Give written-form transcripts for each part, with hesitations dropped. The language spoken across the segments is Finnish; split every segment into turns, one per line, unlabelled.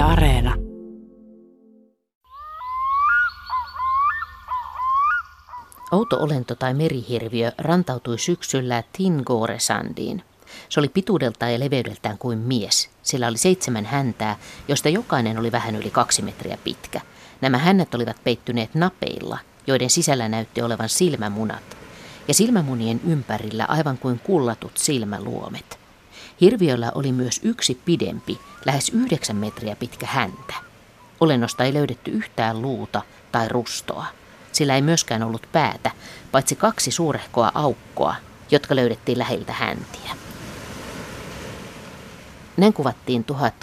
Areena.
Outo olento tai merihirviö rantautui syksyllä Tingoresandiin. Se oli pituudeltaan ja leveydeltään kuin mies. Sillä oli 7 häntää, joista jokainen oli vähän yli 2 metriä pitkä. Nämä hännät olivat peittyneet napeilla, joiden sisällä näytti olevan silmämunat. Ja silmämunien ympärillä aivan kuin kullatut silmäluomet. Hirviöllä oli myös yksi pidempi, lähes 9 metriä pitkä häntä. Olennosta ei löydetty yhtään luuta tai rustoa. Sillä ei myöskään ollut päätä, paitsi 2 suurehkoa aukkoa, jotka löydettiin läheltä häntiä. Näin kuvattiin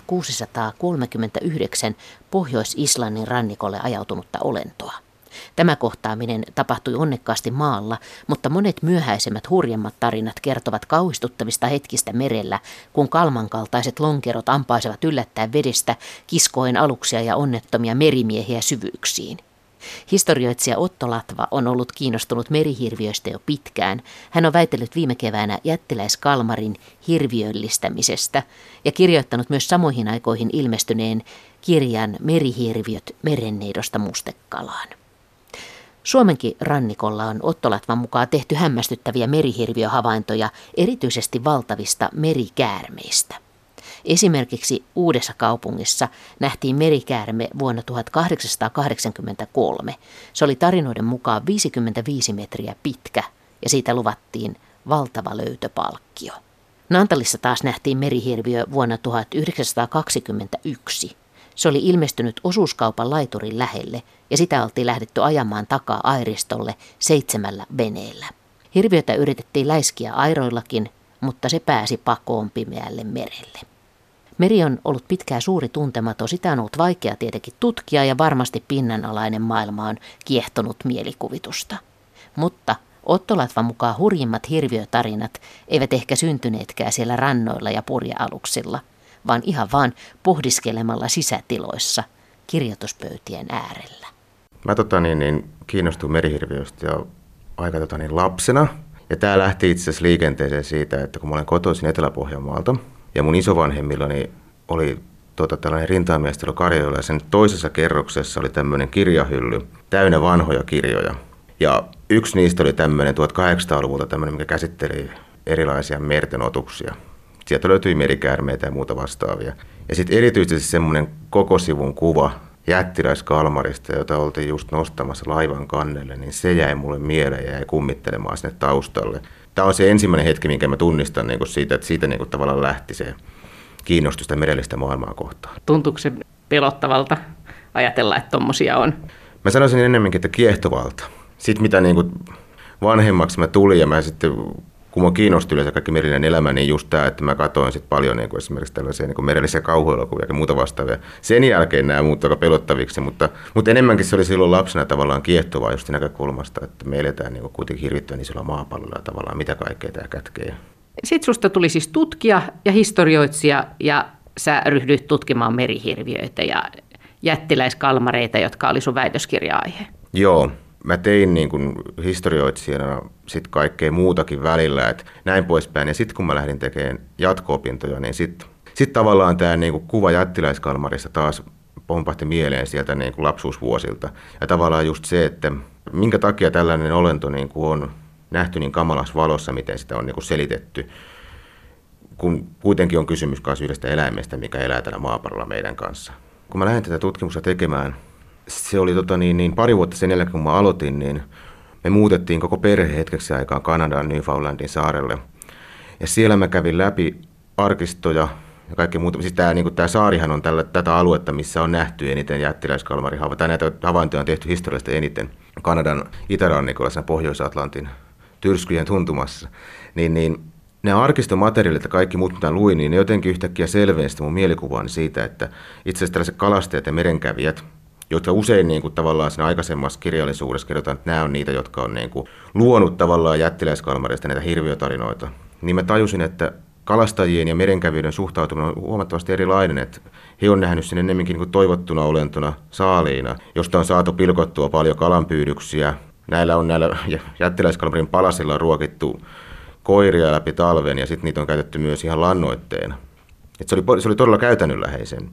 1639 Pohjois-Islannin rannikolle ajautunutta olentoa. Tämä kohtaaminen tapahtui onnekkaasti maalla, mutta monet myöhäisemmät hurjemmat tarinat kertovat kauhistuttavista hetkistä merellä, kun kalmankaltaiset lonkerot ampaisivat yllättäen vedestä kiskoen aluksia ja onnettomia merimiehiä syvyyksiin. Historioitsija Otto Latva on ollut kiinnostunut merihirviöistä jo pitkään. Hän on väitellyt viime keväänä jättiläiskalmarin hirviöllistämisestä ja kirjoittanut myös samoihin aikoihin ilmestyneen kirjan Merihirviöt merenneidosta mustekalaan. Suomenkin rannikolla on Otto Latvan mukaan tehty hämmästyttäviä merihirviöhavaintoja erityisesti valtavista merikäärmeistä. Esimerkiksi Uudessa Kaupungissa nähtiin merikäärme vuonna 1883. Se oli tarinoiden mukaan 55 metriä pitkä ja siitä luvattiin valtava löytöpalkkio. Naantalissa taas nähtiin merihirviö vuonna 1921. Se oli ilmestynyt osuuskaupan laiturin lähelle ja sitä oltiin lähdetty ajamaan takaa airistolle 7 veneellä. Hirviötä yritettiin läiskiä airoillakin, mutta se pääsi pakoon pimeälle merelle. Meri on ollut pitkään suuri tuntematon, sitä on ollut vaikea tietenkin tutkia ja varmasti pinnanalainen maailma on kiehtonut mielikuvitusta. Mutta Otto Latvan mukaan hurjimmat hirviötarinat eivät ehkä syntyneetkään siellä rannoilla ja purjealuksilla, vaan ihan vaan pohdiskelemalla sisätiloissa kirjoituspöytien äärellä.
Mä kiinnostuin merihirviöistä jo aika lapsena. Ja tää lähti itse asiassa liikenteeseen siitä, että kun mä olen kotoisin Etelä-Pohjanmaalta, ja mun isovanhemmillani oli tällainen rintamamiestely Karjoilla, ja sen toisessa kerroksessa oli tämmöinen kirjahylly täynnä vanhoja kirjoja. Ja yksi niistä oli tämmöinen 1800-luvulta tämmöinen, mikä käsitteli erilaisia merten otuksia. Sieltä löytyi merikäärmeitä ja muuta vastaavia. Ja sitten erityisesti semmoinen koko sivun kuva jättiläiskalmarista, jota oltiin just nostamassa laivan kannelle, niin se jäi mulle mieleen ja jäi kummittelemaan sinne taustalle. Tämä on se ensimmäinen hetki, minkä mä tunnistan siitä, että siitä tavallaan lähti se kiinnostusta merellistä maailmaa kohtaan.
Tuntuuko se pelottavalta ajatella, että tommosia on?
Mä sanoisin enemmänkin, että kiehtovalta. Sitten mitä vanhemmaksi mä tulin ja mä sitten, kun mä kiinnostuin yleensä kaikki merellinen elämä, niin just tämä, että mä katsoin sitten paljon esimerkiksi tällaisia merellisiä kauhuelokuvia ja muuta vastaavia. Sen jälkeen nämä muuttui aika pelottaviksi, mutta enemmänkin se oli silloin lapsena tavallaan kiehtovaa just näkökulmasta, että me eletään kuitenkin hirvittävän isolla maapallolla tavallaan, mitä kaikkea tämä kätkee.
Sitten susta tuli siis tutkija ja historioitsija ja sä ryhdyit tutkimaan merihirviöitä ja jättiläiskalmareita, jotka oli sun väitöskirja-aihe.
Joo. Mä tein historioitsijana sit kaikkea muutakin välillä, että näin poispäin. Ja sitten kun mä lähdin tekemään jatko-opintoja, niin sit tavallaan tämä kuva jättiläiskalmarista taas pompahti mieleen sieltä lapsuusvuosilta. Ja tavallaan just se, että minkä takia tällainen olento on nähty niin kamalassa valossa, miten sitä on kun kuitenkin on kysymys myös yhdestä eläimestä, mikä elää täällä maapallolla meidän kanssa. Kun mä lähdin tätä tutkimusta tekemään, se oli pari vuotta sen jälkeen, kun mä aloitin, niin me muutettiin koko perhe hetkeksi aikaa Kanadaan Newfoundlandin saarelle. Ja siellä mä kävin läpi arkistoja ja kaikki muuta. Siis tämä saarihan on tätä aluetta, missä on nähty eniten jättiläiskalmarihavaintoja. Tai näitä havaintoja on tehty historiallisesti eniten Kanadan itärannikolla, siinä Pohjois-Atlantin tyrskyjen tuntumassa. Niin ne arkistomateriaalit ja kaikki muut, mitä luin, niin ne jotenkin yhtäkkiä selvensi mun mielikuvaani siitä, että itse asiassa tällaiset kalastajat ja merenkävijät, jotka usein tavallaan siinä aikaisemmassa kirjallisuudessa kerrotaan, että nämä on niitä, jotka on luonut tavallaan jättiläiskalmareista näitä hirviötarinoita. Niin mä tajusin, että kalastajien ja merenkävijöiden suhtautuminen on huomattavasti erilainen, että he on nähnyt sen ennemminkin toivottuna olentona saaliina, josta on saatu pilkottua paljon kalanpyydyksiä. Näillä jättiläiskalmarin palasilla on ruokittu koiria läpi talven ja sitten niitä on käytetty myös ihan lannoitteena. Se oli todella käytännönläheisen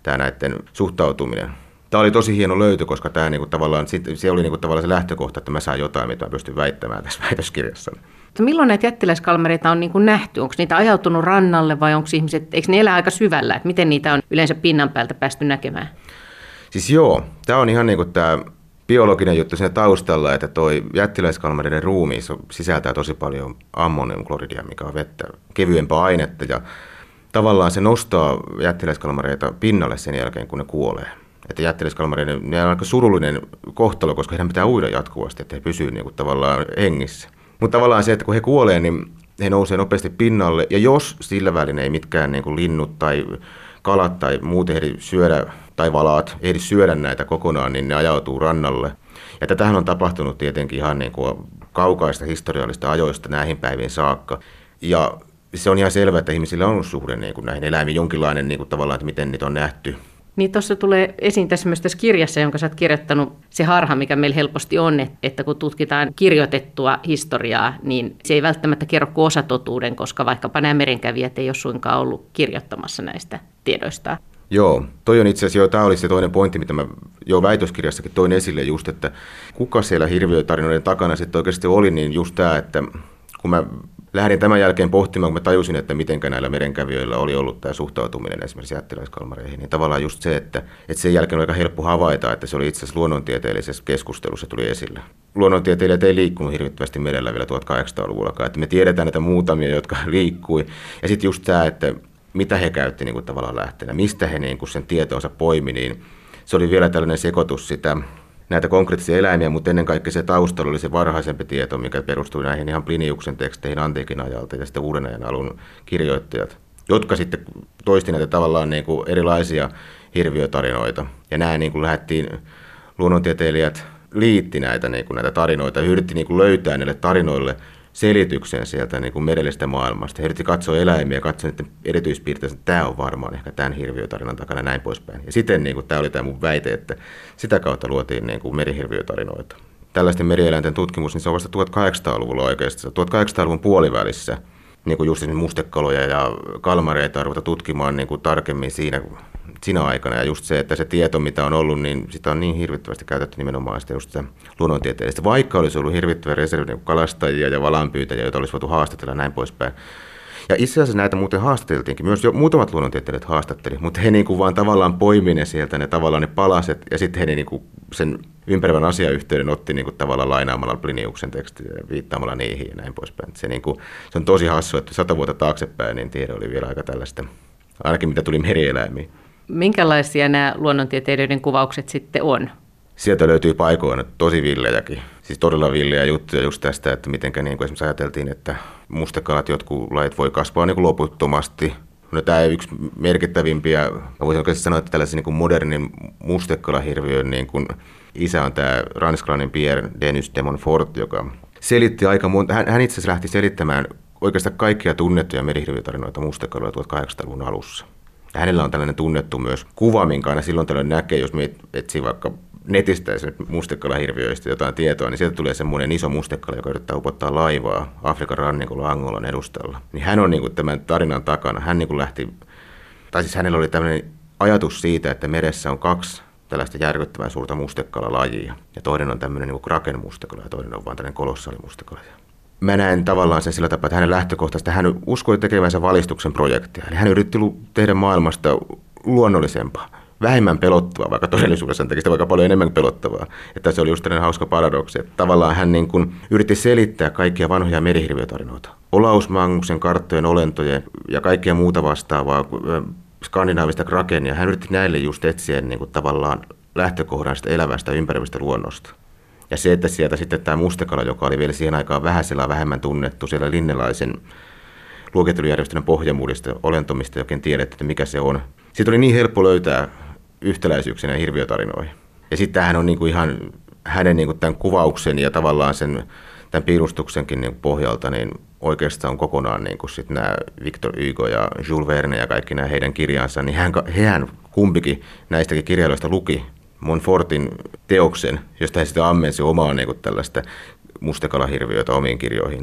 tämä näiden suhtautuminen. Tämä oli tosi hieno löytö, koska tämä niinku tavallaan, se oli niinku tavallaan se lähtökohta, että mä saan jotain, mitä mä pystyn väittämään tässä väitöskirjassa.
Milloin näitä jättiläiskalmareita on niin kuin nähty? Onko niitä ajautunut rannalle vai onko ihmiset, eikö ne elä aika syvällä? Että miten niitä on yleensä pinnan päältä päästy näkemään?
Siis joo, tämä on ihan niin kuin tämä biologinen juttu siinä taustalla, että toi jättiläiskalmareiden ruumiissa sisältää tosi paljon ammoniumkloridia, mikä on vettä kevyempää ainetta, ja tavallaan se nostaa jättiläiskalmareita pinnalle sen jälkeen, kun ne kuolee. Että jättiläiskalmareiden on aika surullinen kohtalo, koska heidän pitää uida jatkuvasti, että he pysyvät niin kuin tavallaan hengissä. Mutta tavallaan se, että kun he kuolee, niin he nousee nopeasti pinnalle, ja jos sillä välin ei mitkään niin kuin linnut tai kalat tai muut ehdi syödä, tai valaat ehdi syödä näitä kokonaan, niin ne ajautuu rannalle. Ja tätähän on tapahtunut tietenkin ihan niin kuin kaukaista historiallista ajoista näihin päiviin saakka. Ja se on ihan selvää, että ihmisillä on ollut suhde niin kuin näihin eläimiin jonkinlainen niin kuin tavallaan, että miten niitä on nähty.
Niin tuossa tulee esiin tässä myös tässä kirjassa, jonka sä oot kirjoittanut, se harha, mikä meillä helposti on, että kun tutkitaan kirjoitettua historiaa, niin se ei välttämättä kerro kuin osatotuuden, koska vaikkapa nämä merenkävijät ei ole suinkaan ollut kirjoittamassa näistä tiedoistaan.
Joo, toi on itse asiassa, tämä oli se toinen pointti, mitä mä jo väitöskirjassakin toin esille just, että kuka siellä hirviötarinoiden takana sitten oikeasti oli, niin just tämä, että kun mä lähdin tämän jälkeen pohtimaan, kun mä tajusin, että miten näillä merenkävijöillä oli ollut tämä suhtautuminen esimerkiksi jättiläiskalmareihin, niin tavallaan just se, että sen jälkeen on aika helppo havaita, että se oli itse asiassa luonnontieteellisessä keskustelussa tuli esille. Luonnontieteilijät ei liikkunut hirvittävästi merellä vielä 1800-luvullakaan, että me tiedetään näitä muutamia, jotka liikkui, ja sitten just tämä, että mitä he käytti niin kuin tavallaan lähteenä, mistä he niin kuin sen tietonsa poimi, niin se oli vielä tällainen sekoitus sitä, näitä konkreettisia eläimiä, mutta ennen kaikkea se taustalla oli se varhaisempi tieto, mikä perustui näihin ihan Pliniuksen teksteihin antiikin ajalta ja sitten uuden ajan alun kirjoittajat, jotka sitten toisti näitä tavallaan niin kuin erilaisia hirviötarinoita. Ja nämä niin kuin lähdettiin, luonnontieteilijät liitti näitä tarinoita ja yritti niin kuin löytää näille tarinoille selityksen sieltä niin kuin merellisestä maailmasta. He yritti katsoa eläimiä ja katsoa niiden erityispiirteitä, että tämä on varmaan ehkä tämän hirviötarinan takana ja näin poispäin. Ja siten niin kuin, tämä oli tämä mun väite, että sitä kautta luotiin niin kuin merihirviötarinoita. Tällaisten merieläinten tutkimus, niin se on vasta 1800-luvulla oikeastaan. 1800-luvun puolivälissä niin kuin just mustekaloja ja kalmareita ruveta tutkimaan niin kuin tarkemmin siinä aikana. Ja just se, että se tieto, mitä on ollut, niin sitä on niin hirvittävästi käytetty nimenomaan sitä just sitä luonnontieteellistä. Vaikka olisi ollut hirvittävä reservi niin kalastajia ja valanpyytäjiä, joita olisi voitu haastatella ja näin poispäin. Ja itse asiassa näitä muuten haastateltiinkin. Myös jo muutamat luonnontieteilijät haastatteli, mutta he niin kuin vaan tavallaan poimi ne sieltä, ne tavallaan ne palaset, ja sitten he niin kuin sen ympäröivän asiayhteyden otti niin kuin tavallaan lainaamalla Pliniuksen tekstiä ja viittaamalla niihin ja näin poispäin. Se, niin kuin, se on tosi hassu, että 100 vuotta taaksepäin niin tiede oli vielä aika tällaista, ainakin mitä tuli merieläimiin.
Minkälaisia nämä luonnontieteilijöiden kuvaukset sitten on?
Sieltä löytyy paikoina tosi villejäkin, siis todella villejä juttuja just tästä, että mitenkä niin kuin esimerkiksi ajateltiin, että mustekalat, jotkut lajit voi kasvaa niin kuin loputtomasti. No, tämä ei yksi merkittävimpiä, voisin oikeasti sanoa, että tällaisen niin kuin modernin mustekalahirviön niin kuin isä on tämä ranskalainen Pierre Denis de Montfort, joka selitti aika monta, hän itse asiassa lähti selittämään oikeastaan kaikkia tunnettuja merihirviötarinoita mustekaloja 1800-luvun alussa. Ja hänellä on tällainen tunnettu myös kuva, minkä aina silloin tällöin näkee, jos me etsii vaikka netistä mustekalahirviöistä jotain tietoa, niin sieltä tulee semmoinen iso mustekala, joka yrittää upottaa laivaa Afrikan rannikolla Angolan edustalla. Niin hän on niin kuin tämän tarinan takana. Hän niin kuin lähti, tai siis hänellä oli tämmöinen ajatus siitä, että meressä on 2 tällaista järkyttävän suurta mustekalalajia. Ja toinen on tämmöinen niin kuin kraken mustekala ja toinen on vaan tämmöinen kolossaali mustekala. Mä näen tavallaan sen sillä tapaa, että hänen lähtökohtaisesti hän uskoi tekevänsä valistuksen projektia. Eli hän yritti tehdä maailmasta luonnollisempaa, vähemmän pelottavaa, vaikka todellisuudessa hän teki sitä vaikka paljon enemmän pelottavaa. Että se oli just tällainen hauska paradoksi, että tavallaan hän niin kuin yritti selittää kaikkia vanhoja merihirviötarinoita. Olaus Magnuksen karttojen, olentojen ja kaikkea muuta vastaavaa, skandinaavista krakenia. Hän yritti näille just etsiä niin kuin tavallaan lähtökohdan sitä elävästä ympäröivistä luonnosta. Ja se, että sieltä sitten tämä mustekala, joka oli vielä siihen aikaan vähemmän tunnettu siellä linnelaisen luokittelujärjestelmän pohjamuudista, olentomista, jokin tiedetty, että mikä se on. Siitä oli niin helppo löytää yhtäläisyyksiä näihin hirviötarinoihin. Ja sitten tämähän on niinku ihan hänen niinku tämän kuvauksen ja tavallaan tämän piirustuksenkin niinku pohjalta, niin oikeastaan on kokonaan niinku sit nämä Victor Hugo ja Jules Verne ja kaikki nämä heidän kirjansa, niin hän kumpikin näistäkin kirjailijoista luki Montfortin teoksen, josta he sitten ammensi omaa niin kuin tällaista mustekalahirviötä omiin kirjoihinsa.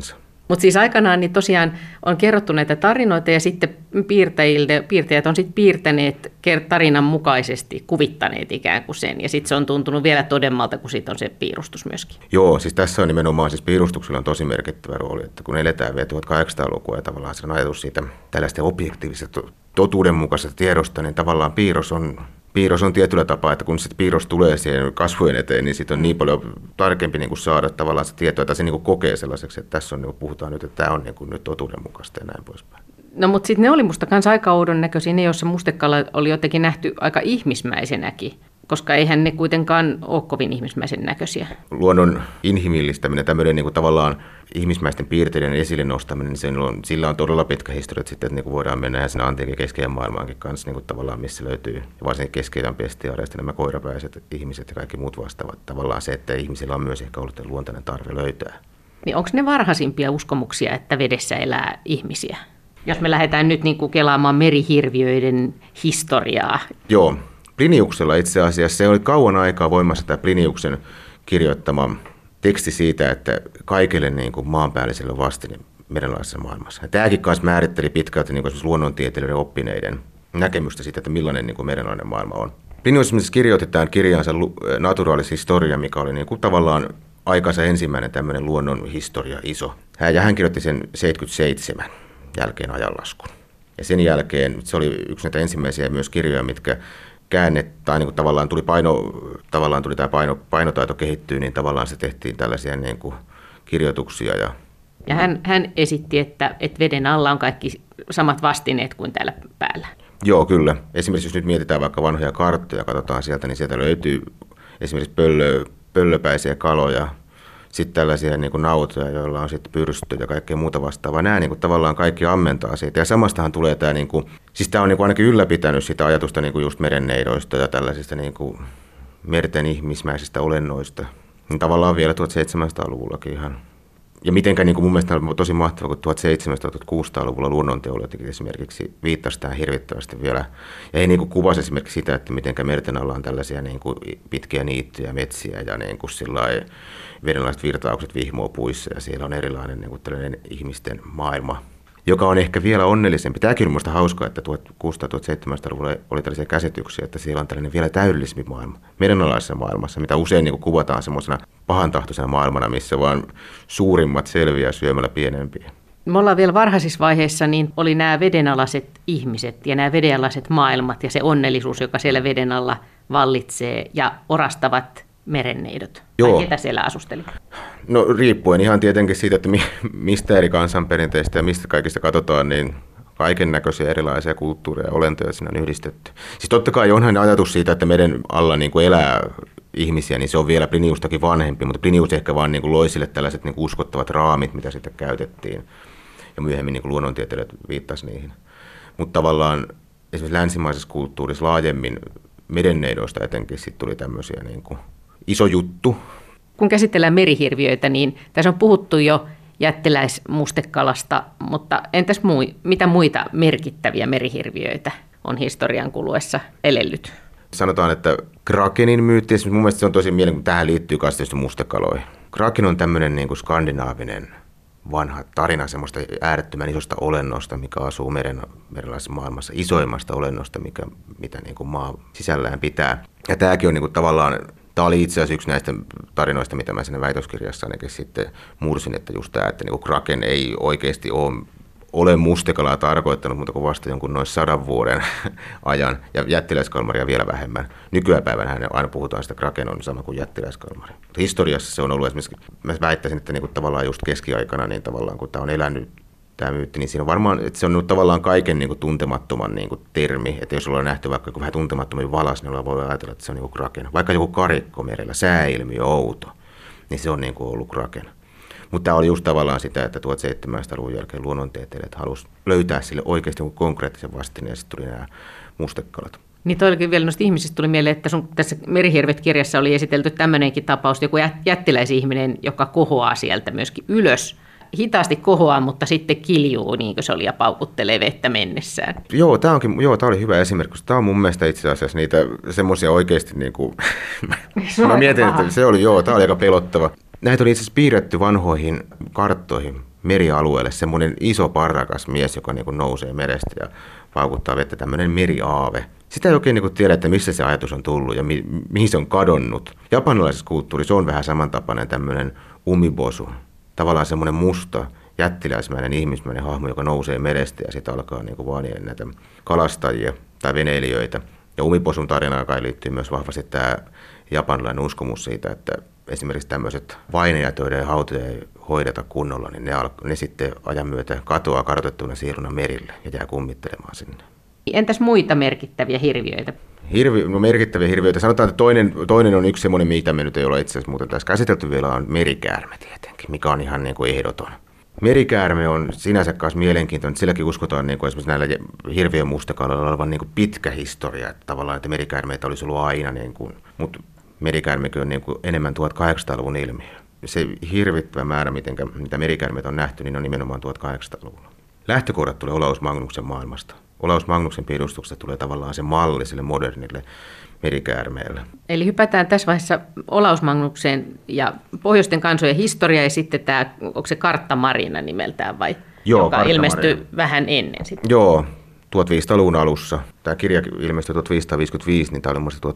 Mutta siis aikanaan niin tosiaan on kerrottu näitä tarinoita ja sitten piirtäjät on sitten piirtäneet tarinan mukaisesti, kuvittaneet ikään kuin sen. Ja sitten se on tuntunut vielä todemmalta, kun siitä on se piirustus myöskin.
Joo, siis tässä on nimenomaan, siis piirustuksella on tosi merkittävä rooli, että kun eletään vielä 1800-lukua ja tavallaan se on ajatus siitä tällaista objektiivisesta totuudenmukaisesta tiedosta, niin tavallaan piirros on tietyllä tapaa, että kun se piirros tulee siihen kasvojen eteen, niin siitä on niin paljon tarkempi niin kuin saada tavallaan se tietoa, että se niin kuin kokee sellaiseksi, että tässä on, niin kuin puhutaan nyt, että tämä on niin kuin nyt totuudenmukaista ja näin poispäin.
No mutta sitten ne oli musta kanssa aika oudon näköisiä, ne joissa mustekala oli jotenkin nähty aika ihmismäisenäkin, koska eihän ne kuitenkaan ole kovin ihmismäisen näköisiä.
Luonnon inhimillistäminen, tämmöinen niin kuin tavallaan ihmismäisten piirteiden esille nostaminen, niin sillä on todella pitkä historia sitten, että niin kuin voidaan mennä sinne antiikin keskiajan maailmaankin kanssa, niin kuin tavallaan missä löytyy, ja varsinkin keskiajan bestiaareista nämä koirapäiset ihmiset ja kaikki muut vastaavat. Tavallaan se, että ihmisillä on myös ehkä ollut luontainen tarve löytää.
Niin onko ne varhaisimpia uskomuksia, että vedessä elää ihmisiä? Jos me lähdetään nyt niin kuin kelaamaan merihirviöiden historiaa.
Joo. Pliniuksella itse asiassa se oli kauan aikaa voimassa tämä Pliniuksen kirjoittama teksti siitä, että kaikille niin kuin maanpäälliselle on vastine merenalaisessa maailmassa. Ja tämäkin kanssa määritteli pitkälti niin kuin luonnontieteilijöiden oppineiden näkemystä siitä, että millainen niin kuin merenalainen maailma on. Plinius kirjoitti tämän kirjansa Naturalis Historia, mikä oli niin kuin tavallaan aikansa ensimmäinen tämmöinen luonnon historia iso. Hän kirjoitti sen 77 jälkeen ajanlaskun. Ja sen jälkeen se oli yksi näitä ensimmäisiä myös kirjoja, mitkä käännetään, niin kuin tavallaan tuli tämä painotaito kehittyy, niin tavallaan se tehtiin tällaisia niin kuin kirjoituksia.
Ja hän esitti, että veden alla on kaikki samat vastineet kuin täällä päällä.
Joo, kyllä. Esimerkiksi jos nyt mietitään vaikka vanhoja karttoja, katsotaan sieltä, niin sieltä löytyy esimerkiksi pöllöpäisiä kaloja, sitten tällaisia niin kuin nautoja, joilla on sitten pyrstöjä ja kaikkea muuta vastaavaa. Nämä niin kuin tavallaan kaikki ammentaa siitä. Ja samastahan tulee tämä, niin kuin, siis tämä on niin kuin ainakin ylläpitänyt sitä ajatusta niin kuin just merenneidoista ja tällaisista niin kuin merten ihmismäisistä olennoista. Niin tavallaan vielä 1700-luvullakin ihan. Ja mitenkä niin kuin mun mielestä on tosi mahtavaa, kun 1700-1600-luvulla luonnonteologit esimerkiksi viittasi tähän hirvittävästi vielä. Ja he niin kuin kuvasi esimerkiksi sitä, että mitenkä merten alla on tällaisia niin kuin pitkiä niittyjä, metsiä ja niin kuin sillai vedenlaiset virtaukset vihmoo puissa ja siellä on erilainen niin kuin tällainen ihmisten maailma, joka on ehkä vielä onnellisempi. Tämäkin on minusta hauskaa, että 1600-1700-luvulla oli tällaisia käsityksiä, että siellä on tällainen vielä täydellisempi maailma, merenalaisessa maailmassa, mitä usein niin kuin kuvataan semmoisena pahantahtoisena maailmana, missä vaan suurimmat selviää syömällä pienempiä.
Me ollaan vielä varhaisissa vaiheissa, niin oli nämä vedenalaiset ihmiset ja nämä vedenalaiset maailmat ja se onnellisuus, joka siellä veden alla vallitsee ja orastavat merenneidot.
Joo.
Ketä siellä asusteli?
No riippuen ihan tietenkin siitä, että mistä eri kansanperinteistä ja mistä kaikista katsotaan, niin kaiken näköisiä erilaisia kulttuureja ja olentoja siinä on yhdistetty. Siis totta kai onhan ajatus siitä, että meren alla niin kuin elää ihmisiä, niin se on vielä Pliniustakin vanhempi, mutta Plinius ehkä vaan niin kuin loi sille tällaiset niin kuin uskottavat raamit, mitä sitten käytettiin. Ja myöhemmin niin kuin luonnontieteilijät viittasi niihin. Mutta tavallaan esimerkiksi länsimaisessa kulttuurissa laajemmin merenneidoista etenkin sitten tuli tämmöisiä niin kuin iso juttu.
Kun käsitellään merihirviöitä, niin tässä on puhuttu jo jättiläismustekalasta, mutta entäs mitä muita merkittäviä merihirviöitä on historian kuluessa elellyt?
Sanotaan, että Krakenin myytti, mun mielestä se on tosi mielenkiintoinen, tähän liittyy myös tietysti mustekaloihin. Kraken on tämmöinen niin kuin skandinaavinen vanha tarina semmoista äärettömän isosta olennosta, mikä asuu merenlaisessa maailmassa, isoimmasta olennosta, mitä niin kuin maa sisällään pitää. Ja tämäkin on niin kuin tavallaan, tämä oli itse asiassa yksi näistä tarinoista, mitä mä siinä väitöskirjassa ainakin sitten mursin, että just tämä, että niin kuin Kraken ei oikeasti ole mustekalaa tarkoittanut, mutta kuin vasta jonkun noin 100 vuoden ajan, ja jättiläiskalmaria vielä vähemmän. Nykypäivänä aina puhutaan sitä, Kraken on sama kuin jättiläiskalmari. Mutta historiassa se on ollut esimerkiksi, mä väittäisin, että niinku tavallaan just keskiaikana, niin tavallaan kun tämä on elänyt, tämä myytti, niin siinä on varmaan, että se on tavallaan kaiken niinku tuntemattoman niinku termi, että jos ollaan nähty vaikka joku vähän tuntemattomin valas, niin voi ajatella, että se on niinku Kraken. Vaikka joku karikko merellä, sääilmiö, outo, niin se on niinku ollut Kraken. Mutta tämä oli just tavallaan sitä, että 1700-luvun jälkeen luonnontieteilijät halusi löytää sille oikeasti jonkun konkreettisen vastineen, ja sitten tuli nämä mustekalat.
Niin toikin vielä noista ihmisistä tuli mieleen, että sun tässä Merihirvet-kirjassa oli esitelty tämmöinenkin tapaus, joku jättiläisihminen, joka kohoaa sieltä myöskin ylös. Hitaasti kohoaa, mutta sitten kiljuu, niin kuin se oli, ja paukuttelee vettä mennessään.
Joo, tämä oli hyvä esimerkki. Tämä on mun mielestä itse asiassa niitä semmoisia oikeasti, niin kuin, mä mietin, että tämä oli aika pelottava. Näitä oli itse asiassa piirretty vanhoihin karttoihin merialueelle semmoinen iso parrakas mies, joka niin kuin nousee merestä ja paukuttaa vettä, tämmöinen meriaave. Sitä ei oikein niin kuin tiedä, että missä se ajatus on tullut ja mihin se on kadonnut. Japanilaisessa kulttuurissa on vähän samantapainen tämmöinen umibosu, tavallaan semmoinen musta, jättiläismäinen ihmismäinen hahmo, joka nousee merestä ja sitten alkaa niin kuin vaalia näitä kalastajia tai veneilijöitä. Ja umibosun tarinaan kai liittyy myös vahvasti tämä japanilainen uskomus siitä, että esimerkiksi tämmöiset vainajat, joiden hautoja ei hoideta kunnolla, niin ne sitten ajan myötä katoaa kadotettuna siirrona merille ja jää kummittelemaan sinne.
Entäs muita merkittäviä hirviöitä?
Merkittäviä hirviöitä. Sanotaan, että toinen on yksi semmoinen, mitä me nyt ei ole itse asiassa muuten tässä käsitelty vielä, on merikäärme tietenkin, mikä on ihan niin kuin ehdoton. Merikäärme on sinänsä kanssa mielenkiintoinen, silläkin uskotaan niin kuin esimerkiksi näillä hirviön mustakaloilla olevan niin kuin pitkä historia, että tavallaan että merikäärmeitä olisi ollut aina, niin kuin, mutta merikäärmekin on niin kuin enemmän 1800-luvun ilmiö. Se hirvittävä määrä, mitä merikäärmeitä on nähty, niin on nimenomaan 1800-luvulla. Lähtökohdat tulee Olaus Magnuksen maailmasta. Olaus Magnuksen piirustuksesta tulee tavallaan se malli sille modernille merikäärmeelle.
Eli hypätään tässä vaiheessa Olaus Magnukseen ja pohjoisten kansojen historia ja sitten tämä, onko se Kartta Marina nimeltään vai?
Joo,
joka ilmestyi vähän ennen sitten.
Joo, 1500-luvun alussa. Tämä kirja ilmestyi 1555, niin tämä oli muista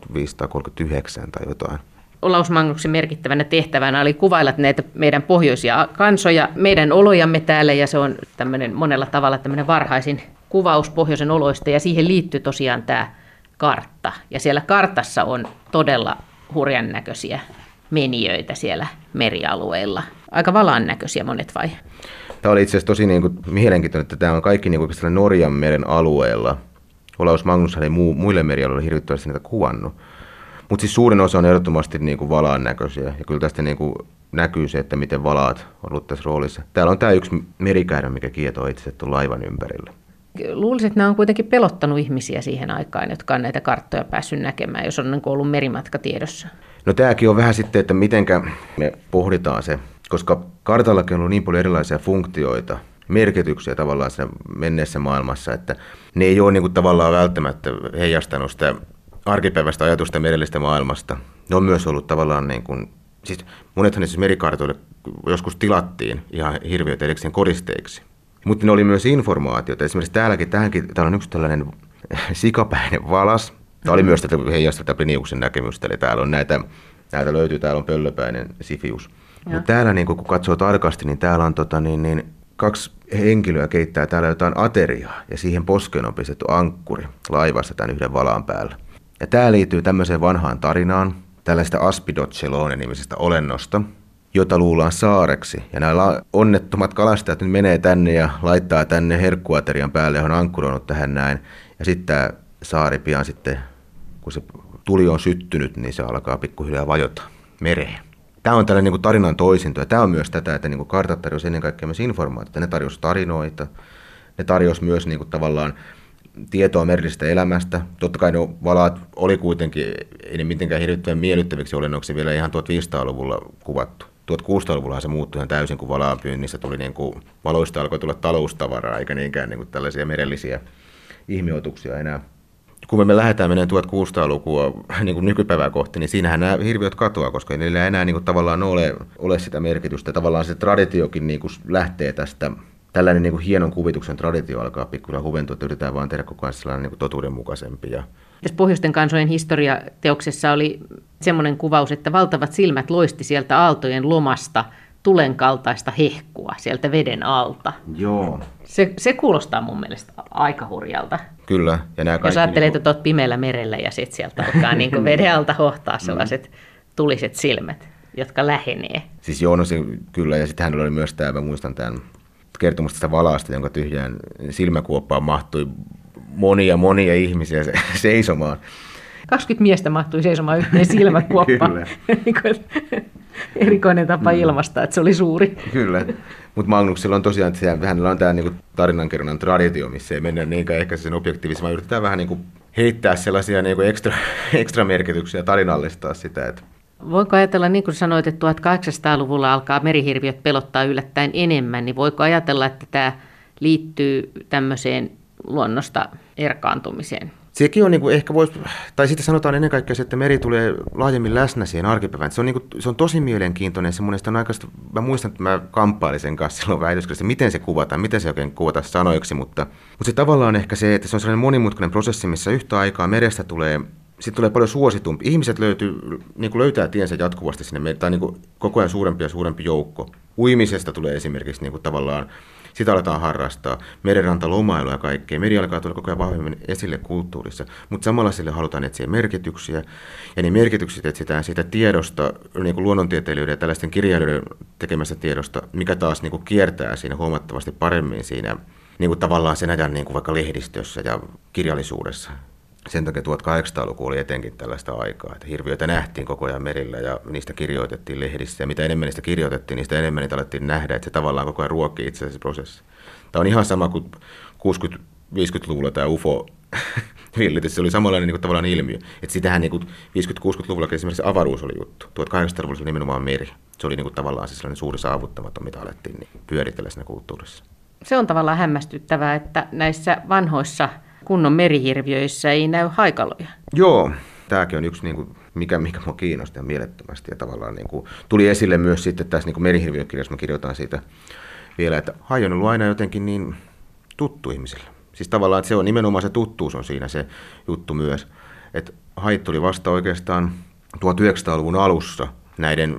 1539 tai jotain.
Olaus Magnuksen merkittävänä tehtävänä oli kuvailla näitä meidän pohjoisia kansoja, meidän olojamme täällä, ja se on monella tavalla tämmöinen varhaisin kuvaus pohjoisen oloista, ja siihen liittyy tosiaan tämä kartta. Ja siellä kartassa on todella hurjan näköisiä menijöitä siellä merialueilla. Aika valaan näköisiä monet vai?
Tämä oli itse asiassa tosi niin kuin mielenkiintoinen, että tämä on kaikki niin kuin Norjan meren alueella. Olaus Magnus ei muille merialueille hirvittävästi niitä kuvannut. Mutta siis suurin osa on ehdottomasti niin kuin valaan näköisiä. Ja kyllä tästä niin kuin näkyy se, että miten valaat on ollut tässä roolissa. Täällä on tämä yksi merikäärme, mikä kietoo itse laivan ympärillä.
Luulisin, että nämä on kuitenkin pelottanut ihmisiä siihen aikaan, jotka on näitä karttoja päässyt näkemään, jos on ollut merimatka tiedossa.
No tämäkin on vähän sitten, että mitenkä me pohditaan se, koska kartallakin on ollut niin paljon erilaisia funktioita, merkityksiä tavallaan siinä menneessä maailmassa, että ne ei ole niin kuin tavallaan välttämättä heijastanut sitä arkipäiväistä ajatusta merellistä maailmasta. Ne on myös ollut tavallaan niin kuin, siis monethan siis merikartoille joskus tilattiin ihan hirviöitä erikseen koristeiksi. Mutta ne oli myös informaatiota. Esimerkiksi täällä on yksi tällainen sikapäinen valas. Tämä oli myös tätä heijasta Pliniuksen näkemystä. Eli näitä löytyy, täällä on pöllöpäinen Sifius. Mutta täällä niin kun katsoo tarkasti, niin täällä on kaksi henkilöä keittää täällä jotain ateriaa. Ja siihen poskeen on pistetty ankkuri laivassa tämän yhden valaan päällä. Ja tämä liittyy tämmöiseen vanhaan tarinaan, tällaista Aspidotcelone-nimisestä olennosta, jota luullaan saareksi. Ja nämä onnettomat kalastajat nyt menee tänne ja laittaa tänne herkkuaterian päälle, johon ankkuroinut tähän näin. Ja sitten tämä saari pian sitten, kun se tuli on syttynyt, niin se alkaa pikkuhiljaa vajota mereen. Tämä on tällainen niin kuin tarinan toisinto. Ja tämä on myös tätä, että niin kuin kartat tarjosi ennen kaikkea myös informaatiota. Ne tarjosi tarinoita. Ne tarjosi myös niin kuin tavallaan tietoa merillisestä elämästä. Totta kai ne valaat oli kuitenkin, ei ne mitenkään hirvittävän miellyttäviksi olennoksi vielä ihan 1500-luvulla kuvattu. 1600-luvulla se muuttui ihan täysin, kun valaan pyynnissä tuli niin kuin, valoista alkoi tulla taloustavaraa, eikä niinkään niin kuin tällaisia merellisiä ihmeotuksia enää. Kun me lähdetään menemään 1600-lukua niin kuin nykypäivää kohti, niin siinähän nämä hirviöt katoaa, koska ei niillä enää niin kuin, tavallaan ole sitä merkitystä. Tavallaan se traditiokin niin kuin, lähtee tästä. Tällainen niin kuin hienon kuvituksen traditio alkaa pikkuhiljaa huventua, että yritetään vaan tehdä koko ajan sellainen niin kuin totuudenmukaisempi.
Tässä pohjoisten kansojen historiateoksessa oli semmoinen kuvaus, että valtavat silmät loisti sieltä aaltojen lomasta tulen kaltaista hehkua sieltä veden alta.
Joo.
Se kuulostaa mun mielestä aika hurjalta.
Kyllä. Ja nämä
jos ajattelee, että olet pimeällä merellä ja sitten sieltä alkaa niin kuin veden alta hohtaa sellaiset tuliset silmät, jotka lähenee.
Siis joo, no se kyllä. Ja sitten hänellä oli myös tämä, mä muistan tämän kertomusta tästä valaasta, jonka tyhjään silmäkuoppaan mahtui monia ihmisiä seisomaan.
20 miestä mahtui seisomaan yhteen silmäkuoppaan. Erikoinen tapa ilmaista, että se oli suuri. Kyllä,
mutta Magnuksella on tosiaan, että hänellä on tämä niinku tarinankerronnan traditio, missä ei mennä niinkään ehkä sen objektiivisesti, vaan yritetään vähän niinku heittää sellaisia niinku ekstra merkityksiä, tarinallistaa sitä. Että
voiko ajatella, niin kuin sanoit, että 1800-luvulla alkaa merihirviöt pelottaa yllättäen enemmän, niin voiko ajatella, että tämä liittyy tämmöiseen luonnosta erkaantumiseen?
Sekin on ehkä voisi, tai sitten sanotaan ennen kaikkea se, että meri tulee laajemmin läsnä siihen arkipäivään. Se on tosi mielenkiintoinen, se monesti on mä muistan, että mä kamppailin sen kanssa silloin väitöskirjassa, miten se kuvataan, miten se oikein kuvataan sanoiksi, mutta se tavallaan ehkä se, että se on sellainen monimutkainen prosessi, missä yhtä aikaa merestä tulee paljon suositumpi. Ihmiset löytää tiensä jatkuvasti sinne, tai koko ajan suurempi ja suurempi joukko. Uimisesta tulee esimerkiksi tavallaan, sitä aletaan harrastaa, merenrantalomailu ja kaikkea. Meri alkaa tulla koko ajan vahvemmin esille kulttuurissa, mutta samalla sille halutaan etsiä merkityksiä. Ja niin merkitykset etsitään siitä tiedosta, luonnontieteilijöiden ja tällaisten kirjailijoiden tekemästä tiedosta, mikä taas kiertää siinä huomattavasti paremmin siinä tavallaan sen ajan vaikka lehdistössä ja kirjallisuudessa. Sen takia 1800-luku oli etenkin tällaista aikaa, että hirviöitä nähtiin koko ajan merillä ja niistä kirjoitettiin lehdissä. Ja mitä enemmän niistä kirjoitettiin, niistä enemmän niitä alettiin nähdä, että se tavallaan koko ajan ruokkii itse asiassa prosessi. Tämä on ihan sama kuin 60-50-luvulla tämä UFO-villitys, se oli samanlainen tavallaan ilmiö. Että sitähän 50-60-luvulla esimerkiksi avaruus oli juttu, 1800-luvulla se oli nimenomaan meri. Se oli tavallaan se sellainen suuri saavuttamaton, mitä alettiin pyöritellä siinä kulttuurissa.
Se on tavallaan hämmästyttävää, että näissä vanhoissa kunnon merihirviöissä ei näy haikaloja.
Joo, tämäkin on yksi, mikä minua kiinnosti ja mielettömästi. Ja tavallaan tuli esille myös sitten tässä merihirviökirjassa, mä kirjoitan siitä vielä, että hai on ollut aina jotenkin niin tuttu ihmisille. Siis tavallaan, että se on nimenomaan se tuttuus on siinä se juttu myös. Että hait tuli vasta oikeastaan 1900-luvun alussa, näiden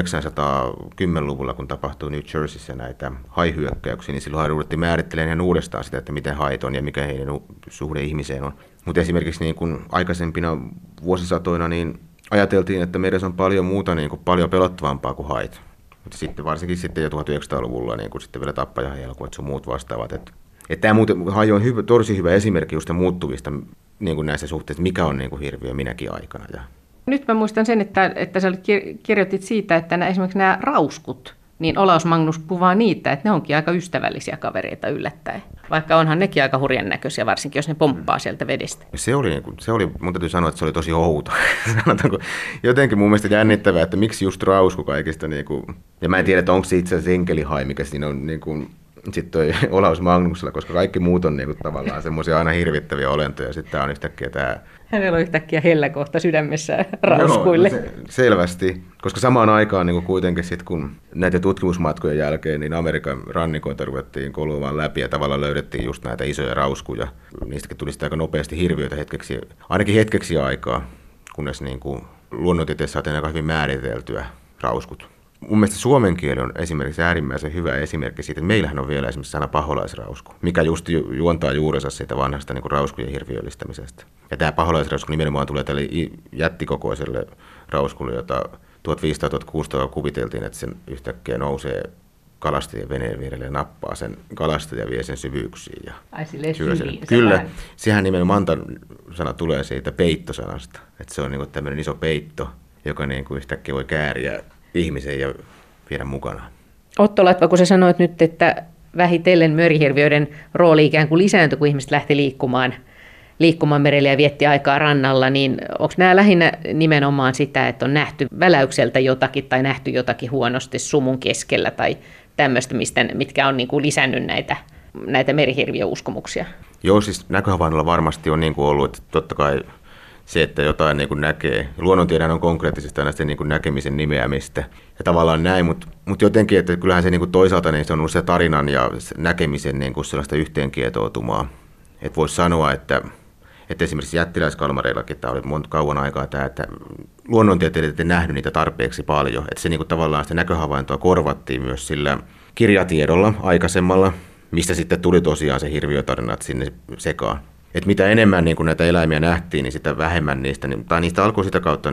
1910-luvulla, kun tapahtui New Jerseyssä näitä haihyökkäyksiä, niin silloin ruvettiin määrittelemään ihan uudestaan sitä, että miten hait on ja mikä heidän suhde ihmiseen on. Mutta esimerkiksi niin kuin aikaisempina vuosisatoina niin ajateltiin, että meressä on paljon muuta paljon pelottavampaa kuin hait. Mutta sitten varsinkin sitten jo 1900-luvulla niin kuin sitten vielä tappajahelkuet sun muut vastaavat. Että tämä muuten hai on tosi hyvä esimerkki just muuttuvista niin kuin näissä suhteissa, mikä on hirviö minäkin aikana.
Nyt mä muistan sen, että sä kirjoitit siitä, että esimerkiksi nämä rauskut, niin Olaus Magnus kuvaa niitä, että ne onkin aika ystävällisiä kavereita yllättäen. Vaikka onhan nekin aika hurjan näköisiä, varsinkin jos ne pomppaa sieltä vedestä.
Se oli, mun täytyy sanoa, että se oli tosi outo. Sanotaanko jotenkin mun mielestä jännittävää, että miksi just rausku kaikista. Ja mä en tiedä, että onko se itse asiassa enkelihai, mikä siinä on sitten toi Olaus Magnuksella, koska kaikki muut on tavallaan semmoisia aina hirvittäviä olentoja. Sitten tämä on yhtäkkiä tämä.
Hänellä on yhtäkkiä hellä kohta sydämessä rauskuille.
Joo, selvästi, koska samaan aikaan kuitenkin sitten kun näitä tutkimusmatkojen jälkeen, niin Amerikan rannikoita ruvettiin kolumaan läpi ja tavallaan löydettiin just näitä isoja rauskuja. Niistäkin tuli sitten aika nopeasti hirviöitä ainakin hetkeksi aikaa, kunnes luonnontieteessä saatiin aika hyvin määriteltyä rauskut. Mun mielestä suomen kieli on esimerkiksi äärimmäisen hyvä esimerkki siitä, että meillähän on vielä esimerkiksi sana paholaisrausku, mikä just juontaa juurensa siitä vanhasta rauskujen hirviöllistämisestä. Ja tämä paholaisrausku nimenomaan tulee tälle jättikokoiselle rauskulle, jota 1500-1600 kuviteltiin, että sen yhtäkkiä nousee kalastajien veneen vierelle ja nappaa sen kalastajia ja vie sen syvyyksiin.
Ai silleen syviin.
Kyllä, sehän nimenomaan Manta-sana tulee siitä peittosanasta, että se on tämmöinen iso peitto, joka yhtäkkiä voi kääriä ihmisen ja viedä mukanaan.
Otto Latva, kun sä sanoit nyt, että vähitellen merihirviöiden rooli ikään kuin lisääntyi, kun ihmiset lähti liikkumaan merelle ja vietti aikaa rannalla, niin onko nämä lähinnä nimenomaan sitä, että on nähty väläykseltä jotakin tai nähty jotakin huonosti sumun keskellä tai tämmöistä, mitkä on lisännyt näitä merihirviöuskomuksia?
Joo, siis näköhavainnolla varmasti on ollut, että totta kai se, että jotain näkee. Luonnontiedän on konkreettisesti aina sen näkemisen nimeämistä ja tavallaan näin, mutta jotenkin, että kyllähän se toisaalta se on ollut se tarinan ja näkemisen sellaista yhteenkietoutumaa. Että voisi sanoa, että esimerkiksi jättiläiskalmareillakin tämä oli kauan aikaa tämä, että luonnontieteilijät ei nähnyt niitä tarpeeksi paljon. Että se tavallaan sitä näköhavaintoa korvattiin myös sillä kirjatiedolla aikaisemmalla, mistä sitten tuli tosiaan se hirviötarinat sinne sekaan. Että mitä enemmän näitä eläimiä nähtiin, niin sitä vähemmän niistä, tai niistä alkoi sitä kautta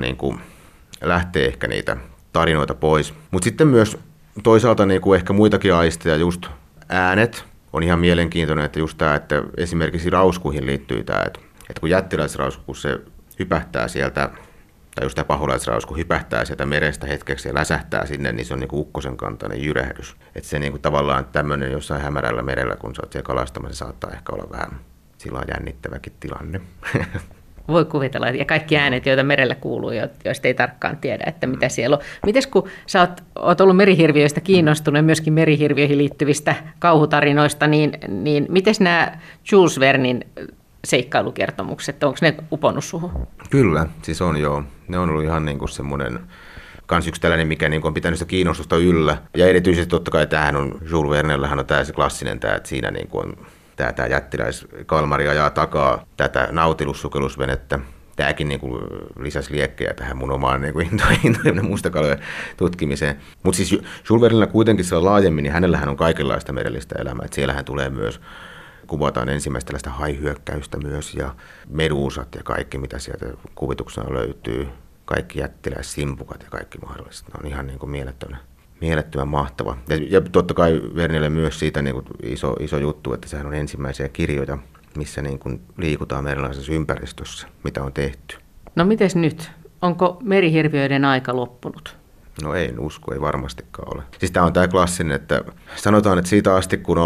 lähteä ehkä niitä tarinoita pois. Mutta sitten myös toisaalta ehkä muitakin aisteja, just äänet on ihan mielenkiintoinen, että just tämä, että esimerkiksi rauskuihin liittyy tämä, että kun jättiläisrausku, kun se hypähtää sieltä, tai just tämä paholaisrausku hypähtää sieltä merestä hetkeksi ja läsähtää sinne, niin se on ukkosen kantainen jyrähdys. Että se tavallaan tämmöinen jossain hämärällä merellä, kun sä oot siellä kalastamassa, se saattaa ehkä olla vähän sillä on jännittäväkin tilanne.
Voi kuvitella, ja kaikki äänet, joita merellä kuuluu, joista ei tarkkaan tiedä, että mitä siellä on. Mites kun sä oot ollut merihirviöistä kiinnostunut, myöskin merihirviöihin liittyvistä kauhutarinoista, niin mites nämä Jules Vernin seikkailukertomukset, onko ne uponnut suhun?
Kyllä, siis on joo. Ne on ollut ihan niin kuin semmoinen kans yksi tällainen, mikä niin kuin on pitänyt sitä kiinnostusta yllä. Ja erityisesti totta kai tämähän on, Jules Vernellähän on tämä se klassinen tämä, että siinä niin kuin on tämä jättiläiskalmari ajaa takaa tätä Nautilus-sukellusvenettä. Tämäkin niin kuin lisäsi liekkejä tähän mun omaan niin intohimoinen mustakalojen tutkimiseen. Mutta siis Jules Vernellä kuitenkin siellä laajemmin, niin hänellähän on kaikenlaista merellistä elämää. Et siellähän tulee myös, kuvataan ensimmäistä tällaista haihyökkäystä myös ja meduusat ja kaikki, mitä sieltä kuvituksena löytyy. Kaikki jättiläissimpukat ja kaikki mahdolliset. Ne on ihan niin kuin mielettömän mahtava. Ja totta kai Vernelle myös siitä niin kuin iso juttu, että sehän on ensimmäisiä kirjoja, missä niin kuin liikutaan merilaisessa ympäristössä, mitä on tehty.
No mites nyt? Onko merihirviöiden aika loppunut?
No en usko, ei varmastikaan ole. Siis tämä on tämä klassinen, että sanotaan, että siitä asti kun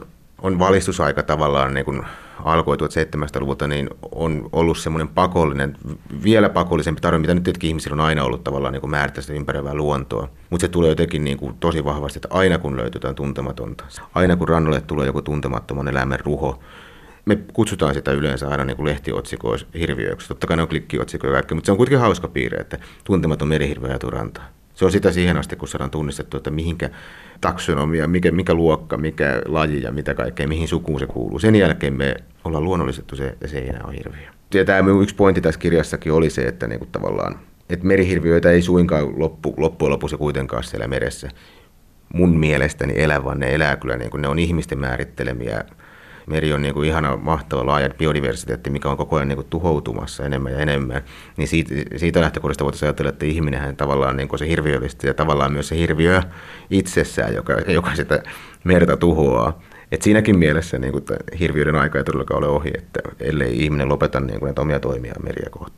on valistusaika tavallaan niin kuin alkoi 1700-luvulta, niin on ollut semmoinen pakollinen, vielä pakollisempi tarve, mitä nyt tietenkin ihmisillä on aina ollut tavallaan niin kuin määrittää sitä ympäröivää luontoa. Mutta se tulee jotenkin niin kuin tosi vahvasti, että aina kun löytyy jotain tuntematonta, aina kun rannalle tulee joku tuntemattoman eläimen ruho, me kutsutaan sitä yleensä aina niin kuin lehtiotsikoissa hirviöiksi. Totta kai ne on klikkiotsikoja ja kaikkea, mutta se on kuitenkin hauska piirre, että tuntematon merihirviö ajatuu rantaan. Se on sitä siihen asti, kun saadaan tunnistettu, että mihinkä taksonomia, mikä luokka, mikä laji ja mitä kaikkea, mihin sukuun se kuuluu. Sen jälkeen me ollaan luonnollistettu se, että se ei enää ole hirviö. Ja tämä yksi pointti tässä kirjassakin oli se, että niinku tavallaan, että merihirviöitä ei suinkaan loppujen lopuksi kuitenkaan siellä meressä mun mielestäni elä, vaan ne elää kyllä, niin kuin ne on ihmisten määrittelemiä. Meri on niin kuin ihana, mahtava, laaja biodiversiteetti, mikä on koko ajan niin kuin tuhoutumassa enemmän ja enemmän. Niin siitä lähtökohdasta voitaisiin ajatella, että ihminenhän tavallaan niin kuin se hirviöllistä ja tavallaan myös se hirviö itsessään, joka sitä merta tuhoaa. Et siinäkin mielessä niin kuin hirviöiden aika ei todellakaan ole ohi, että ellei ihminen lopeta niin kuin näitä omia toimia meriä kohtaan.